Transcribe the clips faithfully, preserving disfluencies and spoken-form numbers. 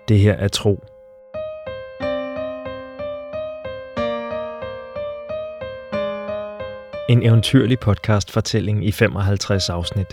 Det her er Tro. En eventyrlig podcast-fortælling i femoghalvtreds afsnit.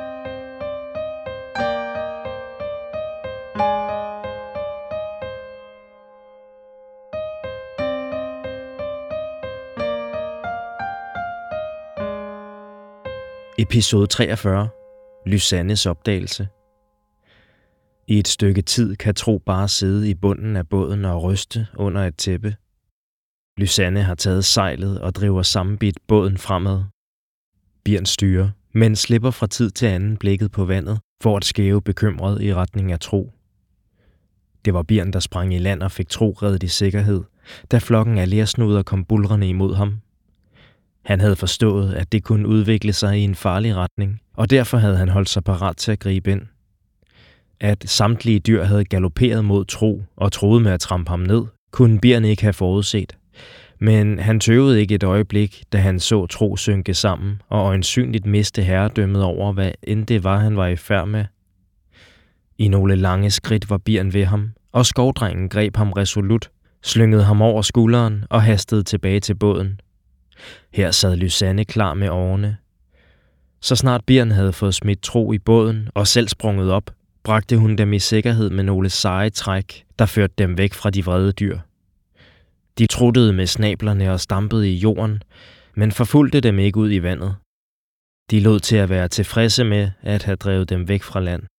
Episode treogfyrre. Lysannes opdagelse. I et stykke tid kan Tro bare sidde i bunden af båden og ryste under et tæppe. Lysanne har taget sejlet og driver sammenbidt båden fremad. Birn styrer, men slipper fra tid til anden blikket på vandet for at skæve bekymret i retning af Tro. Det var Birn, der sprang i land og fik Tro reddet i sikkerhed, da flokken af lersnuder kom bulrende imod ham. Han havde forstået, at det kunne udvikle sig i en farlig retning, og derfor havde han holdt sig parat til at gribe ind. At samtlige dyr havde galopperet mod Tro og troede med at trampe ham ned, kunne Birn ikke have forudset. Men han tøvede ikke et øjeblik, da han så Tro synke sammen og øjensynligt miste herredømmet over, hvad end det var, han var i færd med. I nogle lange skridt var Birn ved ham, og skovdrengen greb ham resolut, slyngede ham over skulderen og hastede tilbage til båden. Her sad Lysanne klar med årene. Så snart Birn havde fået smidt Tro i båden og selv sprunget op, bragte hun dem i sikkerhed med nogle seje træk, der førte dem væk fra de vrede dyr. De truttede med snablerne og stampede i jorden, men forfulgte dem ikke ud i vandet. De lod til at være tilfredse med at have drevet dem væk fra land.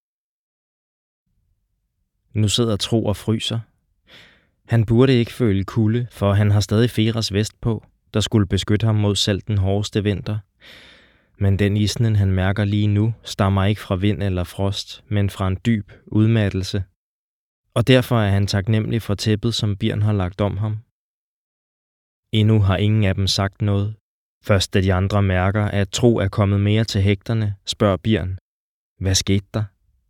Nu sidder Tro og fryser. Han burde ikke føle kulde, for han har stadig Feras vest på, der skulle beskytte ham mod selv den hårdeste vinter. Men den isnen, han mærker lige nu, stammer ikke fra vind eller frost, men fra en dyb udmattelse. Og derfor er han taknemmelig for tæppet, som Birn har lagt om ham. Endnu har ingen af dem sagt noget. Først da de andre mærker, at Tro er kommet mere til hægterne, spørger Birn: Hvad skete der?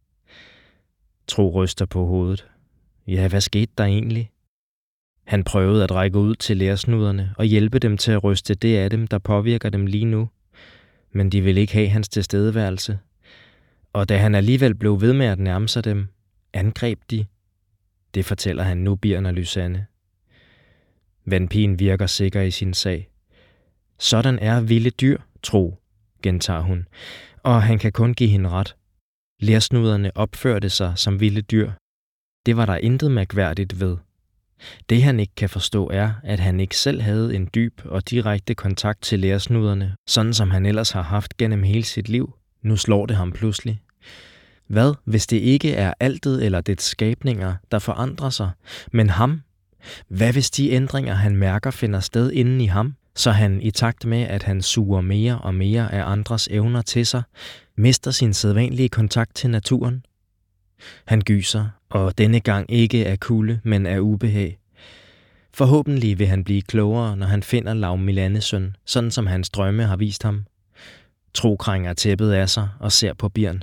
Tro ryster på hovedet. Ja, hvad skete der egentlig? Han prøvede at række ud til lersnuderne og hjælpe dem til at ryste det af dem, der påvirker dem lige nu. Men de ville ikke have hans tilstedeværelse. Og da han alligevel blev ved med at nærme sig dem, angreb de. Det fortæller han nu Birn og Lysanne. Vandpigen virker sikker i sin sag. Sådan er vilde dyr, Tro, gentager hun, og han kan kun give hende ret. Lersnuderne opførte sig som vilde dyr. Det var der intet mærkværdigt ved. Det han ikke kan forstå er, at han ikke selv havde en dyb og direkte kontakt til lersnuderne, sådan som han ellers har haft gennem hele sit liv. Nu slår det ham pludselig. Hvad, hvis det ikke er altet eller dets skabninger, der forandrer sig, men ham? Hvad hvis de ændringer, han mærker, finder sted inden i ham, så han i takt med, at han suger mere og mere af andres evner til sig, mister sin sædvanlige kontakt til naturen? Han gyser, og denne gang ikke af kulde, men af ubehag. Forhåbentlig vil han blive klogere, når han finder Lav Milanesøn, sådan som hans drømme har vist ham. Tro krænger tæppet af sig og ser på Birn.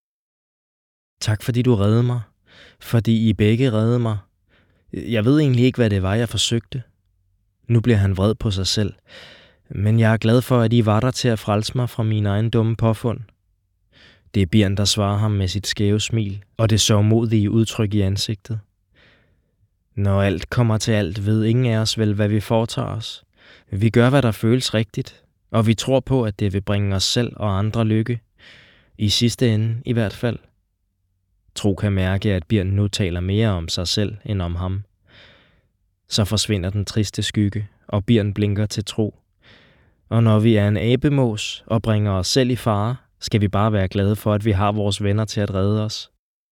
Tak fordi du reddede mig, fordi I begge reddede mig. Jeg ved egentlig ikke, hvad det var, jeg forsøgte. Nu bliver han vred på sig selv, men jeg er glad for, at I var der til at frelse mig fra mine egen dumme påfund. Det er Birn, der svarer ham med sit skæve smil og det sørgmodige udtryk i ansigtet. Når alt kommer til alt, ved ingen af os vel, hvad vi foretager os. Vi gør, hvad der føles rigtigt, og vi tror på, at det vil bringe os selv og andre lykke. I sidste ende i hvert fald. Tro kan mærke, at Birn nu taler mere om sig selv end om ham. Så forsvinder den triste skygge, og Birn blinker til Tro. Og når vi er en abemås og bringer os selv i fare, skal vi bare være glade for, at vi har vores venner til at redde os.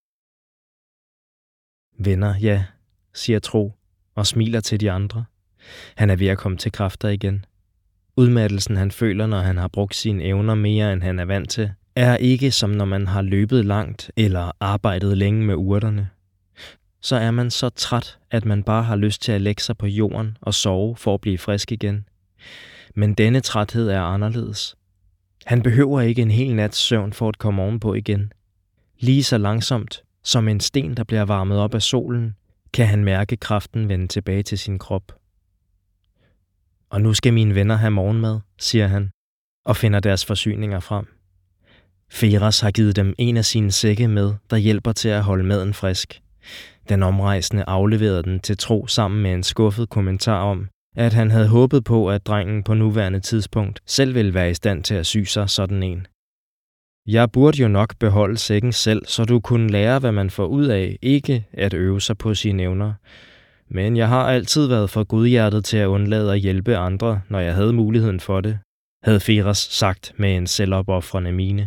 Venner, ja, siger Tro og smiler til de andre. Han er ved at komme til kræfter igen. Udmattelsen, han føler, når han har brugt sine evner mere, end han er vant til, er ikke som når man har løbet langt eller arbejdet længe med urterne. Så er man så træt, at man bare har lyst til at lægge sig på jorden og sove for at blive frisk igen. Men denne træthed er anderledes. Han behøver ikke en hel nats søvn for at komme ovenpå igen. Lige så langsomt, som en sten, der bliver varmet op af solen, kan han mærke kraften vende tilbage til sin krop. Og nu skal mine venner have morgenmad, siger han, og finder deres forsyninger frem. Feras har givet dem en af sine sække med, der hjælper til at holde maden frisk. Den omrejsende afleverede den til Tro sammen med en skuffet kommentar om, at han havde håbet på, at drengen på nuværende tidspunkt selv ville være i stand til at sy sig sådan en. Jeg burde jo nok beholde sækken selv, så du kunne lære, hvad man får ud af, ikke at øve sig på sine evner. Men jeg har altid været for godhjertet til at undlade at hjælpe andre, når jeg havde muligheden for det, havde Firas sagt med en selvopofrende mine.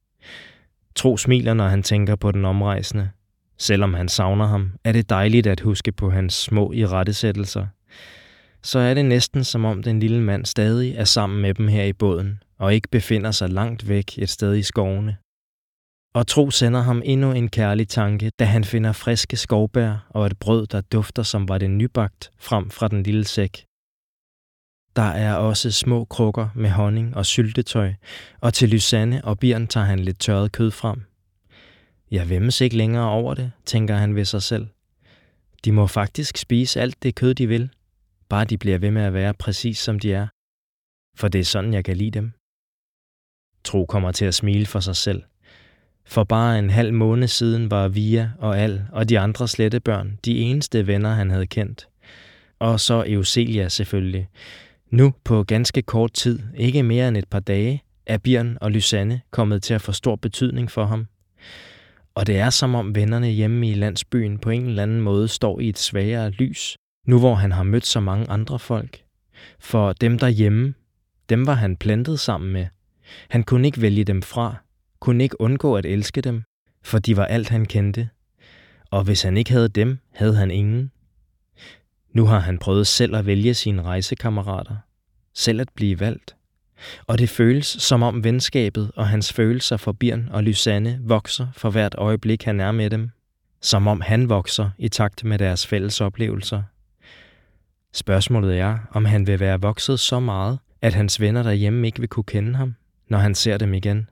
Tro smiler, når han tænker på den omrejsende. Selvom han savner ham, er det dejligt at huske på hans små irettesættelser. Så er det næsten som om den lille mand stadig er sammen med dem her i båden, og ikke befinder sig langt væk et sted i skovene. Og Tro sender ham endnu en kærlig tanke, da han finder friske skovbær og et brød, der dufter som var det nybagt, frem fra den lille sæk. Der er også små krukker med honning og syltetøj, og til Lysanne og Birn tager han lidt tørret kød frem. Jeg væmmes ikke længere over det, tænker han ved sig selv. De må faktisk spise alt det kød, de vil, bare de bliver ved med at være præcis som de er. For det er sådan, jeg kan lide dem. Tro kommer til at smile for sig selv. For bare en halv måned siden var Via og Al og de andre slettebørn de eneste venner, han havde kendt. Og så Euselia selvfølgelig. Nu på ganske kort tid, ikke mere end et par dage, er Birn og Lysanne kommet til at få stor betydning for ham. Og det er som om vennerne hjemme i landsbyen på en eller anden måde står i et svagere lys, nu hvor han har mødt så mange andre folk. For dem derhjemme, dem var han plantet sammen med. Han kunne ikke vælge dem fra, kunne ikke undgå at elske dem, for de var alt han kendte. Og hvis han ikke havde dem, havde han ingen. Nu har han prøvet selv at vælge sine rejsekammerater, selv at blive valgt. Og det føles som om venskabet og hans følelser for Birn og Lysanne vokser for hvert øjeblik, han er med dem. Som om han vokser i takt med deres fælles oplevelser. Spørgsmålet er, om han vil være vokset så meget, at hans venner derhjemme ikke vil kunne kende ham, når han ser dem igen.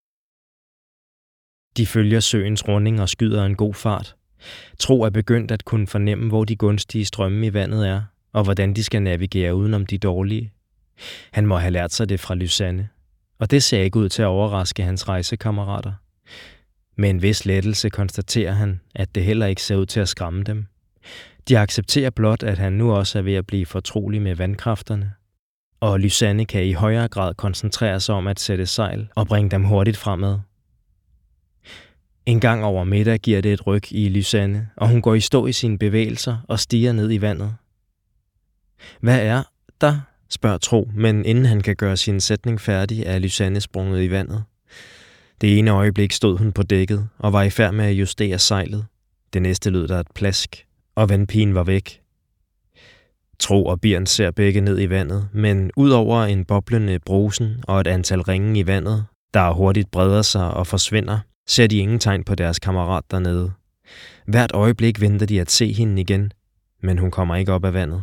De følger søens runding og skyder en god fart. Tro er begyndt at kunne fornemme, hvor de gunstige strømme i vandet er, og hvordan de skal navigere udenom de dårlige. Han må have lært sig det fra Lysanne, og det ser ikke ud til at overraske hans rejsekammerater. Med en vis lettelse konstaterer han, at det heller ikke ser ud til at skræmme dem. De accepterer blot, at han nu også er ved at blive fortrolig med vandkræfterne. Og Lysanne kan i højere grad koncentrere sig om at sætte sejl og bringe dem hurtigt fremad. En gang over middag giver det et ryk i Lysanne, og hun går i stå i sine bevægelser og stiger ned i vandet. Hvad er der? Spørger Tro, men inden han kan gøre sin sætning færdig, er Lysanne sprunget i vandet. Det ene øjeblik stod hun på dækket og var i færd med at justere sejlet. Det næste lød der et plask, og vandpigen var væk. Tro og Birn ser begge ned i vandet, men ud over en boblende brusen og et antal ringe i vandet, der hurtigt breder sig og forsvinder, ser de ingen tegn på deres kammerat dernede. Hvert øjeblik venter de at se hende igen, men hun kommer ikke op af vandet.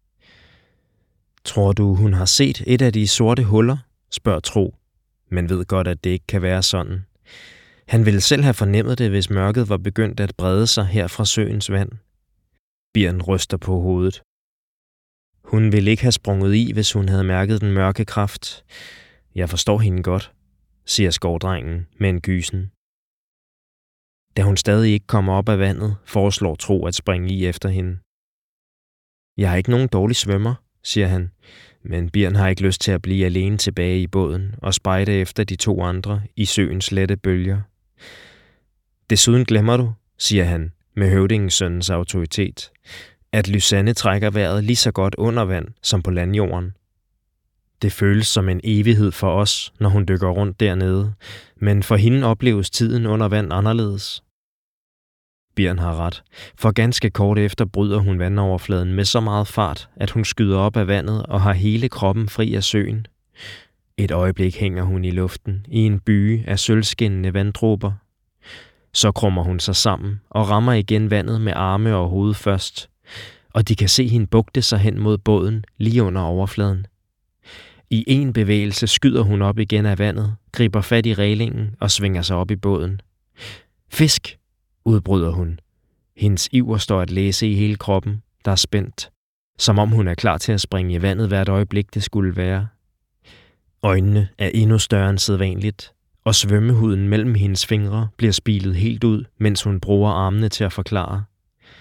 Tror du, hun har set et af de sorte huller? Spørger Tro, men ved godt, at det ikke kan være sådan. Han ville selv have fornemmet det, hvis mørket var begyndt at brede sig her fra søens vand. Birn ryster på hovedet. Hun ville ikke have sprunget i, hvis hun havde mærket den mørke kraft. Jeg forstår hende godt, siger skovdrengen med en gysen. Da hun stadig ikke kommer op af vandet, foreslår Tro at springe i efter hende. Jeg er ikke nogen dårlig svømmer, siger han, men Birn har ikke lyst til at blive alene tilbage i båden og spejde efter de to andre i søens lette bølger. Desuden glemmer du, siger han med høvdingesønnens autoritet, at Lysanne trækker vejret lige så godt under vand som på landjorden. Det føles som en evighed for os, når hun dykker rundt dernede, men for hende opleves tiden under vand anderledes. Birn har ret, for ganske kort efter bryder hun vandoverfladen med så meget fart, at hun skyder op af vandet og har hele kroppen fri af søen. Et øjeblik hænger hun i luften i en byge af sølvskinnende vanddråber. Så krummer hun sig sammen og rammer igen vandet med arme og hoved først, og de kan se hende bugte sig hen mod båden lige under overfladen. I en bevægelse skyder hun op igen af vandet, griber fat i rælingen og svinger sig op i båden. Fisk! Udbryder hun. Hendes iver står at læse i hele kroppen, der er spændt, som om hun er klar til at springe i vandet hvert øjeblik det skulle være. Øjnene er endnu større end sædvanligt, og svømmehuden mellem hendes fingre bliver spilet helt ud, mens hun bruger armene til at forklare.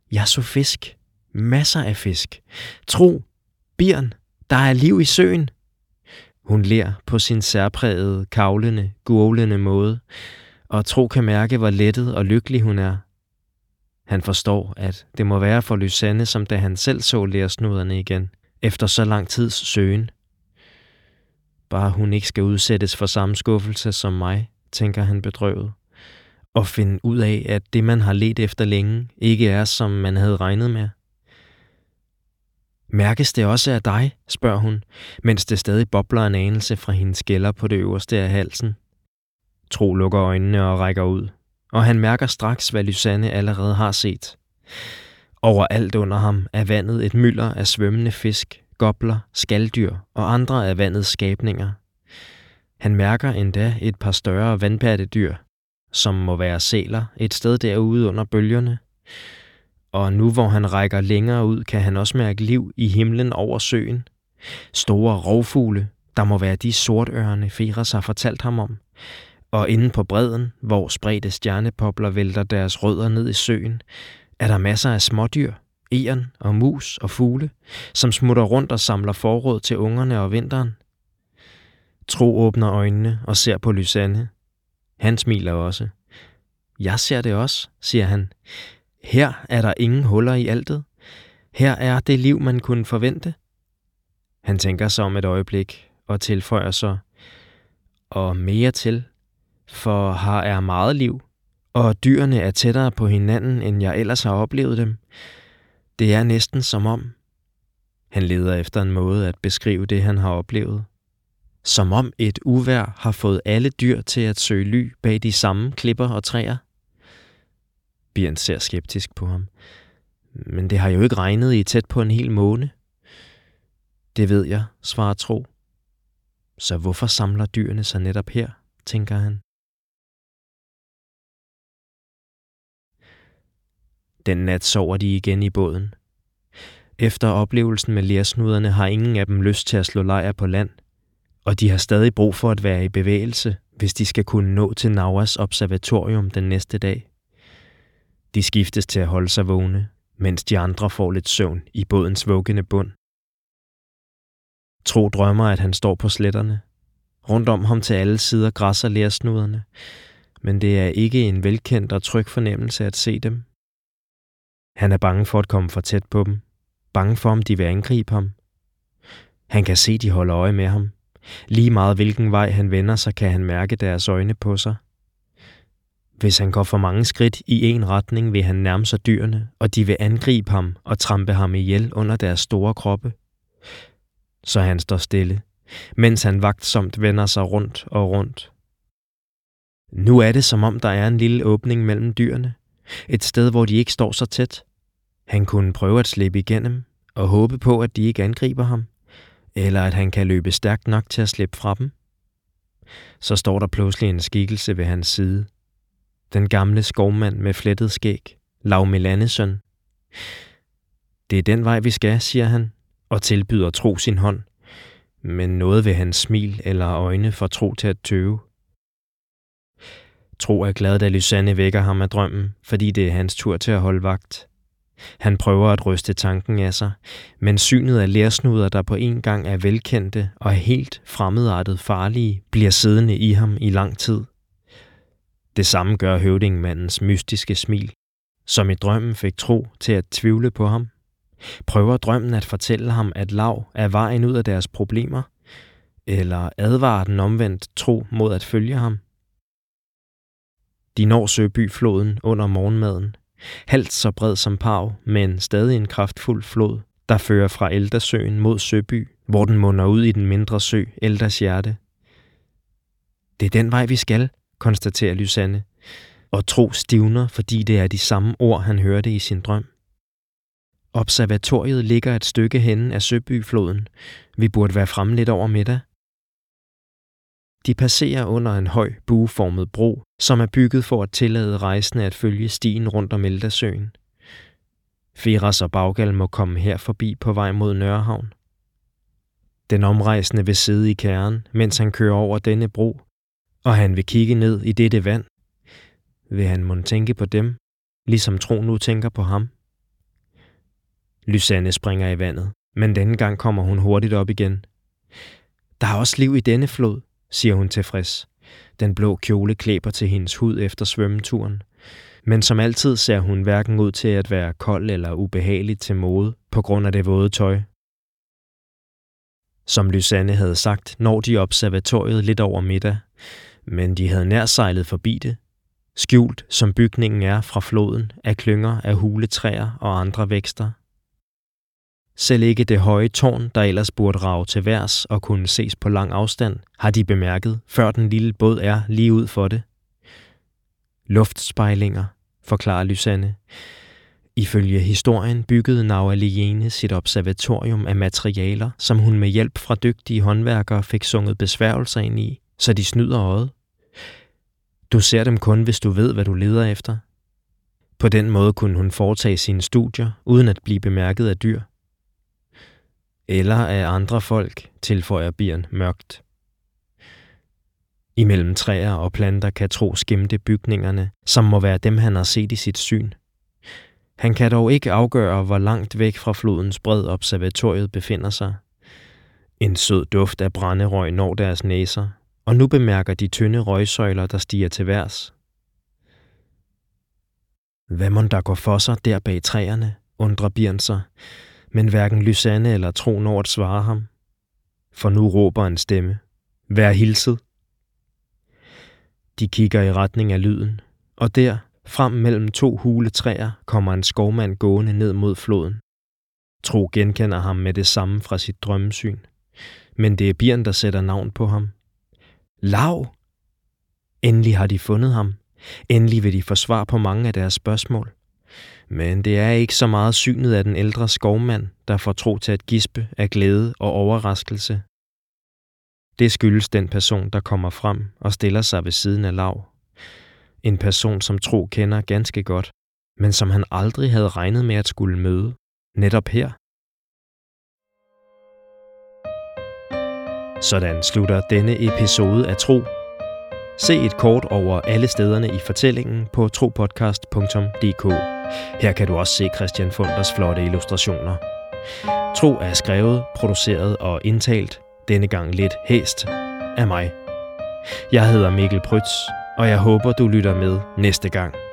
Jeg så fisk. Masser af fisk. Tro, Birn, der er liv i søen. Hun ler på sin særprægede, kavlende, gurglende måde, og Tro kan mærke, hvor lettet og lykkelig hun er. Han forstår, at det må være for Lysanne, som da han selv så lersnuderne igen, efter så lang tids søgen. Bare hun ikke skal udsættes for samme skuffelse som mig, tænker han bedrøvet, og finde ud af, at det, man har ledt efter længe, ikke er, som man havde regnet med. Mærkes det også af dig, spørger hun, mens det stadig bobler en anelse fra hendes skælder på det øverste af halsen. Tro lukker øjnene og rækker ud, og han mærker straks, hvad Lysanne allerede har set. Overalt under ham er vandet et mylder af svømmende fisk, gobler, skalddyr og andre af vandets skabninger. Han mærker endda et par større vandpattedyr, som må være sæler et sted derude under bølgerne. Og nu hvor han rækker længere ud, kan han også mærke liv i himlen over søen. Store rovfugle, der må være de sortørne, Feras har fortalt ham om. Og inde på bredden, hvor spredte stjernepopler vælter deres rødder ned i søen, er der masser af smådyr, egern og mus og fugle, som smutter rundt og samler forråd til ungerne og vinteren. Tro åbner øjnene og ser på Lysanne. Han smiler også. Jeg ser det også, siger han. Her er der ingen huller i altet. Her er det liv, man kunne forvente. Han tænker sig om et øjeblik og tilføjer så, og mere til, for her er meget liv, og dyrene er tættere på hinanden, end jeg ellers har oplevet dem. Det er næsten som om. Han leder efter en måde at beskrive det, han har oplevet. Som om et uvejr har fået alle dyr til at søge ly bag de samme klipper og træer. Birn ser skeptisk på ham. Men det har jo ikke regnet i tæt på en hel måned. Det ved jeg, svarer Tro. Så hvorfor samler dyrene sig netop her, tænker han. Den nat sover de igen i båden. Efter oplevelsen med lersnuderne har ingen af dem lyst til at slå lejr på land, og de har stadig brug for at være i bevægelse, hvis de skal kunne nå til Nauas observatorium den næste dag. De skiftes til at holde sig vågne, mens de andre får lidt søvn i bådens vuggende bund. Tro drømmer, at han står på sletterne. Rundt om ham til alle sider græsser lersnuderne, men det er ikke en velkendt og tryg fornemmelse at se dem. Han er bange for at komme for tæt på dem, bange for om de vil angribe ham. Han kan se, de holder øje med ham. Lige meget hvilken vej han vender sig, kan han mærke deres øjne på sig. Hvis han går for mange skridt i en retning, vil han nærme sig dyrene, og de vil angribe ham og trampe ham ihjel under deres store kroppe. Så han står stille, mens han vagtsomt vender sig rundt og rundt. Nu er det, som om der er en lille åbning mellem dyrene. Et sted, hvor de ikke står så tæt. Han kunne prøve at slippe igennem og håbe på, at de ikke angriber ham, eller at han kan løbe stærkt nok til at slippe fra dem. Så står der pludselig en skikkelse ved hans side. Den gamle skovmand med flettet skæg, Lav Melannesøn. Det er den vej, vi skal, siger han, og tilbyder Tro sin hånd. Men noget ved hans smil eller øjne får Tro til at tøve. Tro er glad, da Lysanne vækker ham af drømmen, fordi det er hans tur til at holde vagt. Han prøver at ryste tanken af sig, men synet af lersnuder, der på en gang er velkendte og helt fremmedartet farlige, bliver siddende i ham i lang tid. Det samme gør høvdingmandens mystiske smil, som i drømmen fik Tro til at tvivle på ham. Prøver drømmen at fortælle ham, at Lav er vejen ud af deres problemer, eller advarer den omvendt Tro mod at følge ham? De når Søbyfloden under morgenmaden, halvt så bred som Pav, men stadig en kraftfuld flod, der fører fra Eldersøen mod Søby, hvor den munder ud i den mindre sø Elders Hjerte. Det er den vej, vi skal, konstaterer Lysanne, og Tro stivner, fordi det er de samme ord, han hørte i sin drøm. Observatoriet ligger et stykke henne af Søbyfloden. Vi burde være fremme lidt over middag. De passerer under en høj, bueformet bro, som er bygget for at tillade rejsende at følge stien rundt om Eldersøen. Feras og Baggal må komme her forbi på vej mod Nørrehavn. Den omrejsende vil sidde i kærren, mens han kører over denne bro, og han vil kigge ned i dette vand. Vil han mon tænke på dem, ligesom Tro nu tænker på ham? Lysanne springer i vandet, men denne gang kommer hun hurtigt op igen. Der er også liv i denne flod, siger hun tilfreds. Den blå kjole klæber til hendes hud efter svømmeturen. Men som altid ser hun hverken ud til at være kold eller ubehagelig til mode på grund af det våde tøj. Som Lysanne havde sagt, når de observatoriet lidt over middag, men de havde nær sejlet forbi det. Skjult som bygningen er fra floden af klynger af huletræer og andre vækster. Selv ikke det høje tårn, der ellers burde rage til værs og kunne ses på lang afstand, har de bemærket, før den lille båd er lige ud for det. Luftspejlinger, forklarer Lysanne. Ifølge historien byggede Navaliene sit observatorium af materialer, som hun med hjælp fra dygtige håndværkere fik sunget besværgelser ind i, så de snyder øjet. Du ser dem kun, hvis du ved, hvad du leder efter. På den måde kunne hun foretage sine studier, uden at blive bemærket af dyr. Eller af andre folk, tilføjer Birn mørkt. Imellem træer og planter kan Tro skimte bygningerne, som må være dem, han har set i sit syn. Han kan dog ikke afgøre, hvor langt væk fra flodens bred observatoriet befinder sig. En sød duft af brænderøg når deres næser, og nu bemærker de tynde røgsøjler, der stiger til værs. Hvad mon der går for sig der bag træerne, undrer Birn sig, men hverken Lysanne eller Tro når at svare ham. For nu råber en stemme. Vær hilset. De kigger i retning af lyden, og der, frem mellem to hule træer, kommer en skovmand gående ned mod floden. Tro genkender ham med det samme fra sit drømmesyn, men det er Birn, der sætter navn på ham. Lav! Endelig har de fundet ham. Endelig vil de få svar på mange af deres spørgsmål. Men det er ikke så meget synet af den ældre skovmand, der får Tro til at gispe af glæde og overraskelse. Det skyldes den person, der kommer frem og stiller sig ved siden af Lav. En person, som Tro kender ganske godt, men som han aldrig havde regnet med at skulle møde, netop her. Sådan slutter denne episode af Tro. Se et kort over alle stederne i fortællingen på tropodcast punktum d k. Her kan du også se Christian Funders flotte illustrationer. Tro er skrevet, produceret og indtalt, denne gang lidt hæst, af mig. Jeg hedder Mikkel Prytz, og jeg håber, du lytter med næste gang.